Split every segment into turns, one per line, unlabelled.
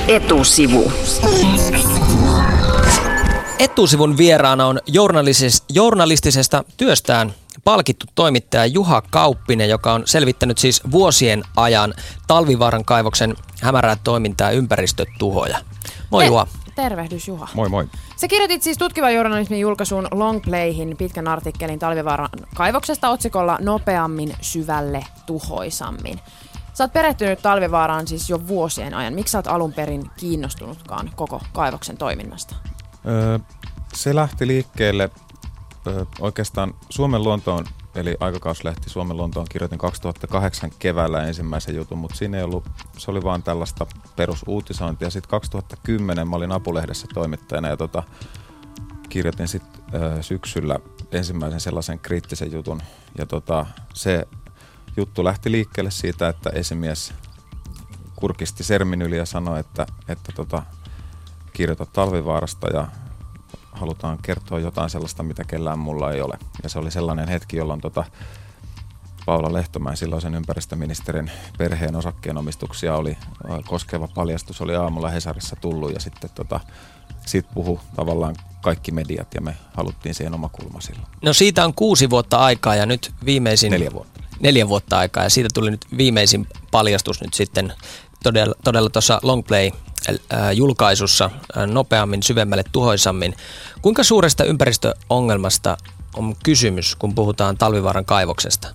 Etusivu.
Etusivun vieraana on journalistisesta työstään palkittu toimittaja Juha Kauppinen, joka on selvittänyt siis vuosien ajan Talvivaaran kaivoksen hämärää toimintaa ja ympäristötuhoja. Moi Juha.
Tervehdys Juha.
Moi moi.
Sä kirjoitit siis tutkivan journalismin julkaisuun Longplayhin pitkän artikkelin Talvivaaran kaivoksesta otsikolla Nopeammin, syvälle, tuhoisammin. Sä oot perehtynyt Talvivaaraan siis jo vuosien ajan. Miksi sä oot alun perin kiinnostunutkaan koko kaivoksen toiminnasta?
Se lähti liikkeelle oikeastaan Suomen luontoon, eli aikakauslehti Suomen luontoon kirjoitin 2008 keväällä ensimmäisen jutun, mutta siinä ei ollut, se oli vaan tällaista perusuutisointia. Sitten 2010 mä olin Apulehdessä toimittajana ja kirjoitin sitten syksyllä ensimmäisen sellaisen kriittisen jutun. Ja se juttu lähti liikkeelle siitä, että esimies kurkisti sermin yli ja sanoi, että kirjoita Talvivaarasta ja halutaan kertoa jotain sellaista, mitä kellään mulla ei ole. Ja se oli sellainen hetki, jolloin Paula Lehtomäen, silloisen ympäristöministerin perheen osakkeenomistuksia oli koskeva paljastus, oli aamulla Hesarissa tullut ja sitten siitä puhui tavallaan kaikki mediat ja me haluttiin siihen oma kulma silloin.
No siitä on 6 vuotta aikaa ja nyt viimeisin...
4 vuotta.
4 vuotta aikaa ja siitä tuli nyt viimeisin paljastus nyt sitten todella tuossa Longplay-julkaisussa Nopeammin, syvemmälle, tuhoisammin. Kuinka suuresta ympäristöongelmasta on kysymys, kun puhutaan Talvivaaran kaivoksesta?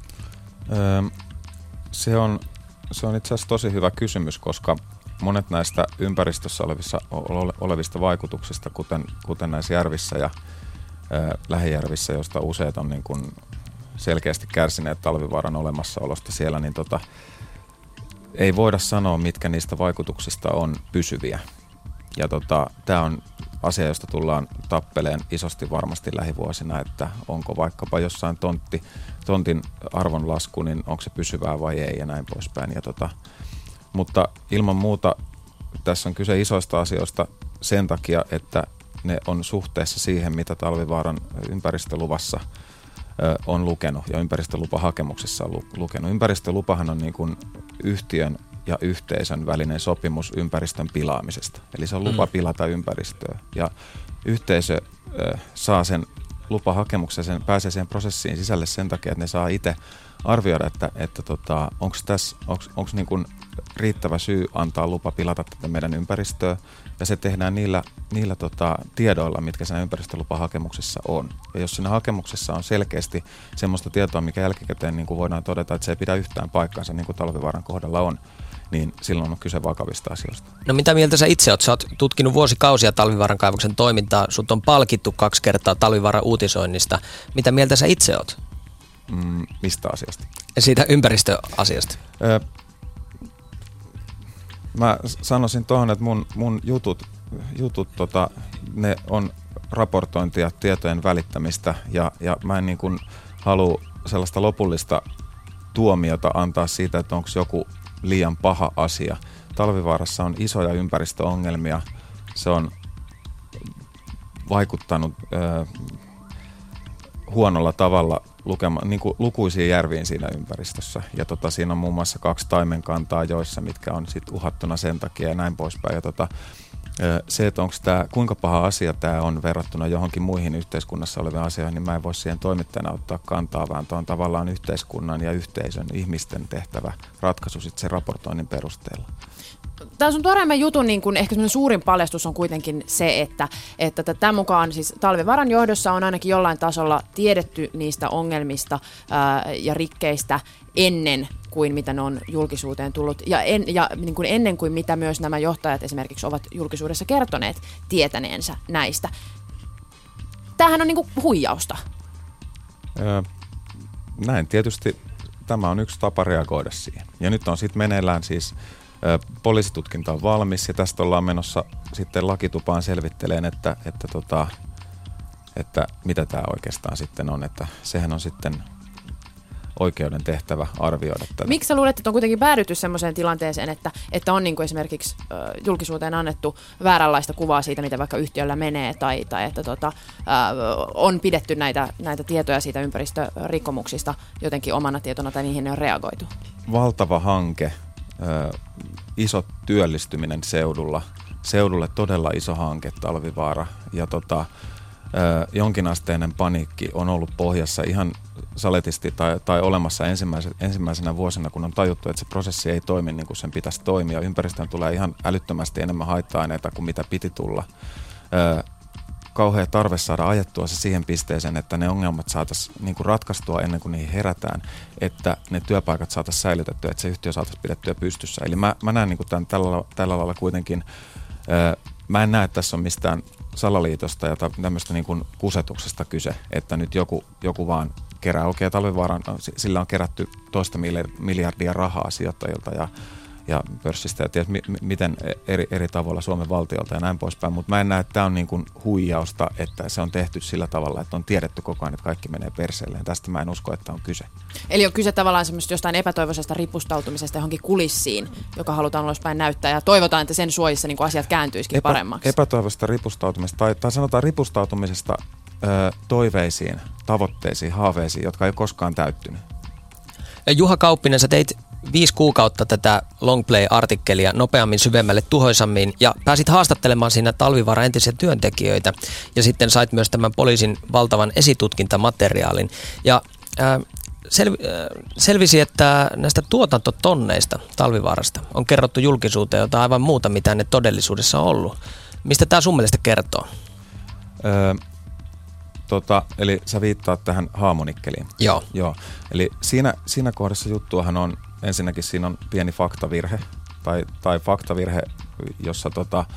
Se on itse asiassa tosi hyvä kysymys, koska monet näistä ympäristössä olevista vaikutuksista, kuten näissä järvissä ja lähijärvissä, joista useat on niin kuin selkeästi kärsineet Talvivaaran olemassaolosta siellä, niin ei voida sanoa, mitkä niistä vaikutuksista on pysyviä. Ja tämä on asia, josta tullaan tappeleen isosti varmasti lähivuosina, että onko vaikkapa jossain tontin arvonlasku, niin onko se pysyvää vai ei ja näin poispäin. Mutta ilman muuta tässä on kyse isoista asioista sen takia, että ne on suhteessa siihen, mitä Talvivaaran ympäristöluvassa on lukenut ja ympäristölupahakemuksessa on lukenut. Ympäristölupahan on niin kuin yhtiön ja yhteisön välinen sopimus ympäristön pilaamisesta. Eli se on lupa pilata ympäristöä. Ja yhteisö saa sen lupahakemuksen, pääsee siihen prosessiin sisälle sen takia, että ne saa itse arvioida, että onko niin kuin riittävä syy antaa lupa pilata tätä meidän ympäristöä. Ja se tehdään niillä tiedoilla, mitkä siinä ympäristölupahakemuksessa on. Ja jos siinä hakemuksessa on selkeästi semmoista tietoa, mikä jälkikäteen niin kuin voidaan todeta, että se ei pidä yhtään paikkaansa, niin kuin Talvivaaran kohdalla on, niin silloin on kyse vakavista asioista.
No mitä mieltä sä itse oot? Sä oot tutkinut vuosikausia Talvivaaran kaivoksen toimintaa. Sut on palkittu 2 kertaa Talvivaaran uutisoinnista. Mitä mieltä sä itse oot?
Mistä asiasta?
Siitä ympäristöasiasta.
Mä sanoisin tuohon, että mun jutut ne on raportointia, tietojen välittämistä ja mä en niin kuin halua sellaista lopullista tuomiota antaa siitä, että onko joku liian paha asia. Talvivaarassa on isoja ympäristöongelmia. Se on vaikuttanut huonolla tavalla niin kuin lukuisiin järviin siinä ympäristössä. Ja siinä on muun muassa 2 taimenkantaa joissa, mitkä on sit uhattuna sen takia ja näin poispäin. Ja se, että onko tämä, kuinka paha asia tämä on verrattuna johonkin muihin yhteiskunnassa oleviin asioihin, niin mä en voi siihen toimittajana ottaa kantaa, vaan tämä on tavallaan yhteiskunnan ja yhteisön ihmisten tehtävä ratkaisu sitten sen raportoinnin perusteella.
Tämä sun tuoreimman jutun niin kun ehkä suurin paljastus on kuitenkin se, että tämän mukaan siis Talvivaaran johdossa on ainakin jollain tasolla tiedetty niistä ongelmista ja rikkeistä ennen kuin mitä ne on julkisuuteen tullut ja niin kuin ennen kuin mitä myös nämä johtajat esimerkiksi ovat julkisuudessa kertoneet tietäneensä näistä. Tämähän on niin kuin huijausta.
Näin tietysti tämä on yksi tapa reagoida siihen. Ja nyt on sitten meneillään siis poliisitutkinta on valmis ja tästä ollaan menossa sitten lakitupaan selvitteleen, että mitä tämä oikeastaan sitten on, että sehän on sitten oikeuden tehtävä arvioida tätä.
Miksi sä luulet, että on kuitenkin päädytty semmoiseen tilanteeseen, että on niin kuin esimerkiksi julkisuuteen annettu vääränlaista kuvaa siitä, mitä vaikka yhtiöllä menee, tai että on pidetty näitä tietoja siitä ympäristörikkomuksista jotenkin omana tietona, tai niihin ne on reagoitu?
Valtava hanke, iso työllistyminen seudulle todella iso hanke Talvivaara ja jonkinasteinen paniikki on ollut pohjassa ihan saletisti tai olemassa ensimmäisenä vuosina, kun on tajuttu, että se prosessi ei toimi niin kuin sen pitäisi toimia. Ympäristöön tulee ihan älyttömästi enemmän haitta-aineita kuin mitä piti tulla. Kauhea tarve saada ajettua se siihen pisteeseen, että ne ongelmat saataisiin niin kuin ratkaistua ennen kuin niihin herätään, että ne työpaikat saataisiin säilytettyä, että se yhtiö saataisiin pidettyä pystyssä. Eli mä näen niin kuin tämän tällä lailla kuitenkin, mä en näe, että tässä on mistään salaliitosta ja tämmöistä niin kuin kusetuksesta kyse, että nyt joku vaan kerää. Okei, Talvivaaran, sillä on kerätty toista miljardia rahaa sijoittajilta ja pörssistä ja tiedät, miten eri tavoilla Suomen valtiolta ja näin poispäin, mutta mä en näe, että tämä on niin kuin huijausta, että se on tehty sillä tavalla, että on tiedetty koko ajan, että kaikki menee perseelleen. Tästä mä en usko, että on kyse.
Eli on kyse tavallaan semmoista jostain epätoivoisesta ripustautumisesta johonkin kulissiin, joka halutaan ulospäin näyttää ja toivotaan, että sen suojissa niin kuin asiat kääntyisikin paremmaksi.
Epätoivoisesta ripustautumisesta tai sanotaan ripustautumisesta toiveisiin, tavoitteisiin, haaveisiin, jotka ei ole koskaan täyttynyt.
Juha Kauppinen, sä teit 5 kuukautta tätä Longplay-artikkelia nopeammin, syvemmälle, tuhoisammin ja pääsit haastattelemaan siinä Talvivaaran entisiä työntekijöitä ja sitten sait myös tämän poliisin valtavan esitutkintamateriaalin ja selvisi, että näistä tuotantotonneista Talvivaarasta on kerrottu julkisuuteen jotain aivan muuta, mitä ne todellisuudessa on ollut. Mistä tämä sun mielestä kertoo?
Eli sä viittaat tähän haamonikkeliin.
Joo.
Eli siinä kohdassa juttuahan on, ensinnäkin siinä on pieni faktavirhe, tai faktavirhe, jossa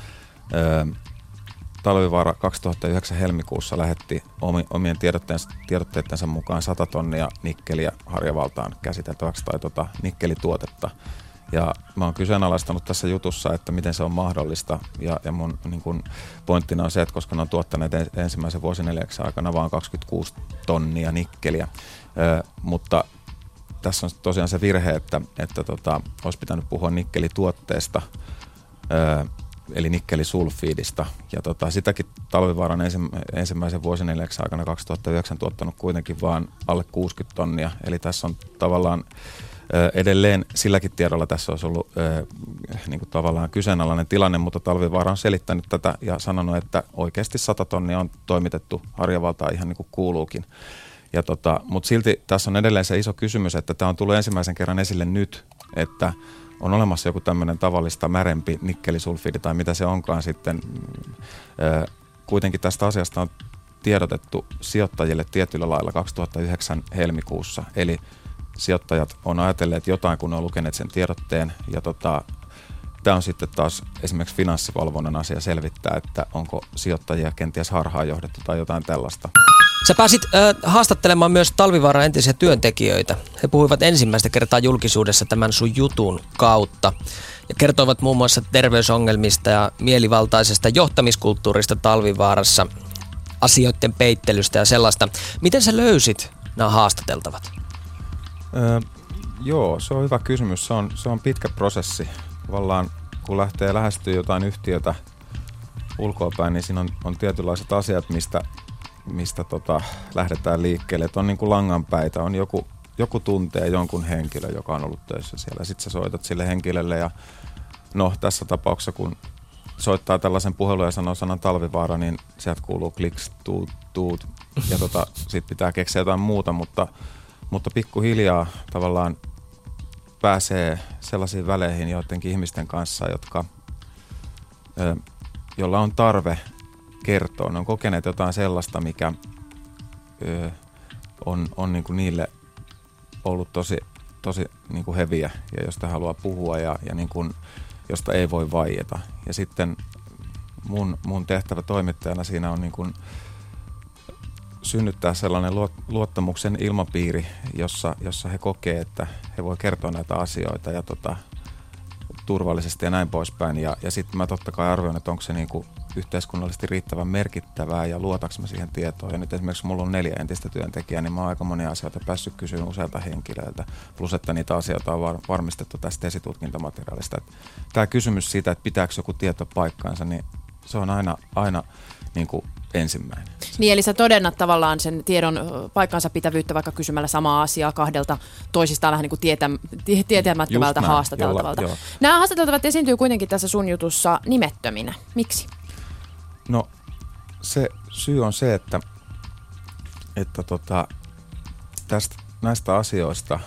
Talvivaara 2009 helmikuussa lähetti omien tiedotteittensa mukaan 100 tonnia nikkeliä Harjavaltaan käsiteltäväksi tai nikkelituotetta. Ja mä oon kyseenalaistanut tässä jutussa, että miten se on mahdollista. Ja mun niin kun pointtina on se, että koska ne on tuottaneet ensimmäisen vuosineljäksen aikana vaan 26 tonnia nikkeliä. Mutta tässä on tosiaan se virhe, että olisi pitänyt puhua nikkelituotteesta, eli nikkelisulfiidista. Ja sitäkin Talvivaaran ensimmäisen vuosineljäksen aikana 2009 tuottanut kuitenkin vaan alle 60 tonnia. Eli tässä on tavallaan edelleen silläkin tiedolla tässä olisi ollut niin kuin tavallaan kyseenalainen tilanne, mutta Talvivaara on selittänyt tätä ja sanonut, että oikeasti 100 tonnia on toimitettu Harjavaltaan ihan niin kuin kuuluukin. Mutta silti tässä on edelleen se iso kysymys, että tämä on tullut ensimmäisen kerran esille nyt, että on olemassa joku tämmöinen tavallista märempi nikkelisulfiidi tai mitä se onkaan sitten. Kuitenkin tästä asiasta on tiedotettu sijoittajille tietyllä lailla 2009 helmikuussa, eli sijoittajat on ajatelleet jotain, kun ne on lukeneet sen tiedotteen, ja tämä on sitten taas esimerkiksi finanssivalvonnan asia selvittää, että onko sijoittajia kenties harhaan johdettu tai jotain tällaista.
Sä pääsit haastattelemaan myös Talvivaaran entisiä työntekijöitä. He puhuivat ensimmäistä kertaa julkisuudessa tämän sun jutun kautta ja kertoivat muun muassa terveysongelmista ja mielivaltaisesta johtamiskulttuurista Talvivaarassa, asioiden peittelystä ja sellaista. Miten sä löysit nämä haastateltavat?
Joo, se on hyvä kysymys. Se on pitkä prosessi. Tavallaan kun lähtee lähestyä jotain yhtiötä ulkoapäin, niin siinä on tietynlaiset asiat, mistä lähdetään liikkeelle. Et on niin kuin langanpäitä, on joku tuntee jonkun henkilön, joka on ollut töissä siellä. Sitten sä soitat sille henkilölle ja no tässä tapauksessa, kun soittaa tällaisen puhelun ja sanoo sanan Talvivaara, niin sieltä kuuluu kliks, tuut ja sit pitää keksiä jotain muuta, mutta pikkuhiljaa tavallaan pääsee sellaisiin väleihin joidenkin ihmisten kanssa, jolla on tarve kertoa. Ne on kokeneet jotain sellaista, mikä on niin kuin niille ollut tosi niin kuin heviä ja josta haluaa puhua ja niin kuin, josta ei voi vaieta. Ja sitten mun tehtävä toimittajana siinä on niin kuin synnyttää sellainen luottamuksen ilmapiiri, jossa he kokee, että he voi kertoa näitä asioita ja turvallisesti ja näin poispäin. Ja sitten mä totta kai arvioin, että onko se niinku yhteiskunnallisesti riittävän merkittävää ja luotaks mä siihen tietoon. Ja nyt esimerkiksi mulla on 4 entistä työntekijää, niin mä oon aika monia asioita päässyt kysyä useilta henkilöiltä. Plus, että niitä asioita on varmistettu tästä esitutkintamateriaalista. Tämä kysymys siitä, että pitääkö joku tieto paikkaansa, niin se on aina niin kuin ensimmäinen.
Niin, eli sä todennat tavallaan sen tiedon paikkansa pitävyyttä vaikka kysymällä samaa asiaa kahdelta toisistaan vähän niin kuin tietämättömältä haastateltavalta. Nämä haastateltavat esiintyy kuitenkin tässä sun jutussa nimettöminä. Miksi?
No se syy on se, että näistä asioista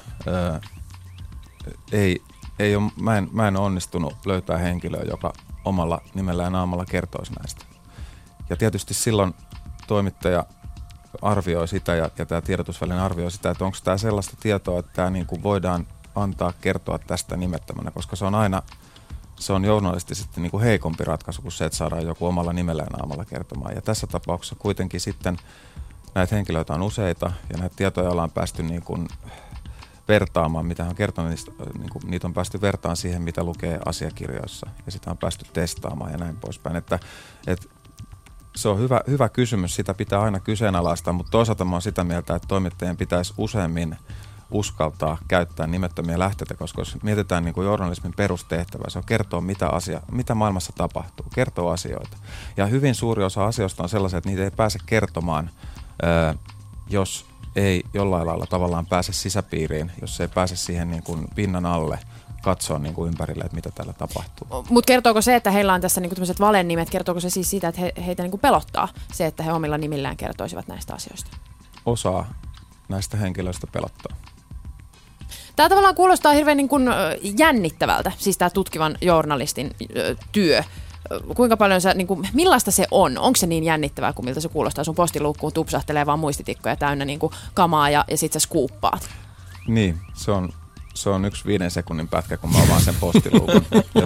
mä en onnistunut löytää henkilöä, joka omalla nimellä ja naamalla kertoisi näistä. Ja tietysti silloin toimittaja arvioi sitä ja tämä tiedotusväline arvioi sitä, että onko tämä sellaista tietoa, että tämä niin kuin voidaan kertoa tästä nimettömänä, koska se on journalistisesti niin kuin heikompi ratkaisu kuin se, että saadaan joku omalla nimellä ja naamalla kertomaan. Ja tässä tapauksessa kuitenkin sitten näitä henkilöitä on useita ja näitä tietoja ollaan päästy niin kuin vertaamaan, mitä on kertonut, niitä on päästy vertaamaan siihen, mitä lukee asiakirjoissa ja sitä on päästy testaamaan ja näin poispäin. Että se on hyvä kysymys, sitä pitää aina kyseenalaistaa, mutta toisaalta mä oon sitä mieltä, että toimittajien pitäisi useammin uskaltaa käyttää nimettömiä lähteitä, koska jos mietitään niin kuin journalismin perustehtävää, se on kertoa mitä maailmassa tapahtuu, kertoo asioita. Ja hyvin suuri osa asioista on sellaisia, että niitä ei pääse kertomaan, jos ei jollain lailla tavallaan pääse sisäpiiriin, jos ei pääse siihen niin kuin pinnan alle katsoa niin kuin ympärille, että mitä täällä tapahtuu.
Mutta kertooko se, että heillä on tässä niin kuin tämmöiset valenimet, kertooko se siis siitä, että heitä niin kuin pelottaa se, että he omilla nimillään kertoisivat näistä asioista?
Osaa näistä henkilöistä pelottaa.
Tämä tavallaan kuulostaa hirveän niin kuin jännittävältä, siis tämä tutkivan journalistin työ. Kuinka paljon niin kuin, millaista se on? Onko se niin jännittävää kuin miltä se kuulostaa? Sun postiluukkuun tupsahtelee vaan muistitikkoja täynnä niin kuin kamaa ja sit sä skuuppaat.
Niin, se on 1 5 sekunnin pätkä, kun mä avaan sen postiluukun.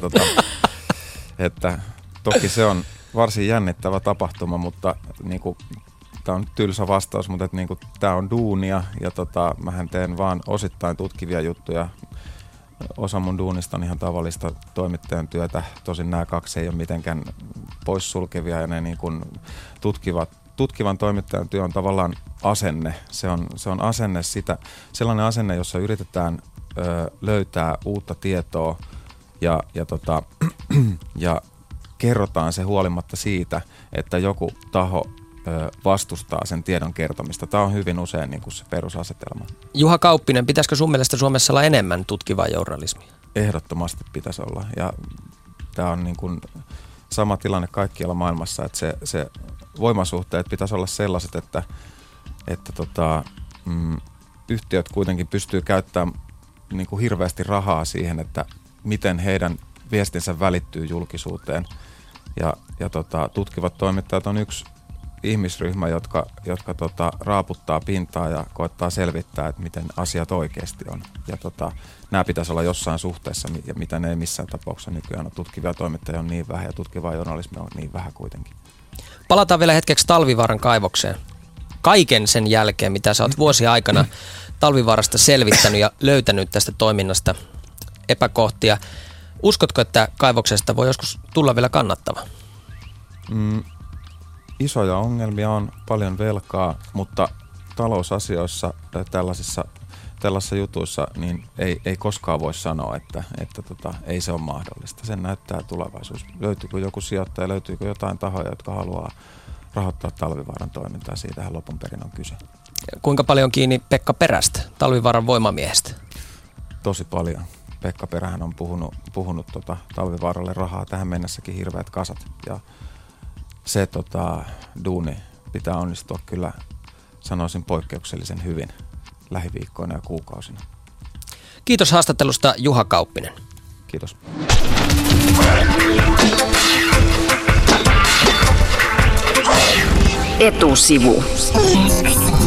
Että toki se on varsin jännittävä tapahtuma, mutta niin kuin, tämä on tylsä vastaus, mutta niin kuin, tämä on duunia ja mähän teen vaan osittain tutkivia juttuja. Osa mun duunista on ihan tavallista toimittajan työtä, tosin nämä 2 ei ole mitenkään poissulkevia ja ne niin kuin tutkivan toimittajan työ on tavallaan asenne. Se on asenne sellainen asenne, jossa yritetään löytää uutta tietoa ja kerrotaan se huolimatta siitä, että joku taho vastustaa sen tiedon kertomista. Tämä on hyvin usein niin kuin se perusasetelma.
Juha Kauppinen, pitäisikö sun mielestä Suomessa olla enemmän tutkivaa journalismia?
Ehdottomasti pitäisi olla. Ja tämä on niin kuin sama tilanne kaikkialla maailmassa, että se voimasuhteet pitäisi olla sellaiset, että yhtiöt kuitenkin pystyy käyttämään niin kuin hirveästi rahaa siihen, että miten heidän viestinsä välittyy julkisuuteen. Ja tutkivat toimittajat on yksi ihmisryhmä, jotka raaputtaa pintaa ja koettaa selvittää, että miten asiat oikeasti on. Ja nämä pitäisi olla jossain suhteessa, ja mitä ne ei missään tapauksessa nykyään on. Tutkivia toimittajia on niin vähän ja tutkivaa journalismia on niin vähän kuitenkin.
Palataan vielä hetkeksi Talvivaaran kaivokseen. Kaiken sen jälkeen, mitä sä oot vuosien aikana Talvivaarasta selvittänyt ja löytänyt tästä toiminnasta epäkohtia. Uskotko, että kaivoksesta voi joskus tulla vielä kannattava?
Isoja ongelmia on, paljon velkaa, mutta talousasioissa tällaisissa jutuissa niin ei koskaan voi sanoa, että ei se ole mahdollista. Sen näyttää tulevaisuus. Löytyykö joku sijoittaja, löytyykö jotain tahoja, jotka haluaa rahoittaa Talvivaaran toimintaa? Siitähän lopun perin on kyse.
Kuinka paljon kiinni Pekka Perästä, Talvivaaran voimamiehestä?
Tosi paljon. Pekka Perähän on puhunut Talvivaaralle rahaa tähän mennessäkin hirveät kasat. Ja se duuni pitää onnistua kyllä, sanoisin, poikkeuksellisen hyvin lähiviikkoina ja kuukausina.
Kiitos haastattelusta, Juha Kauppinen.
Kiitos.
Etusivu.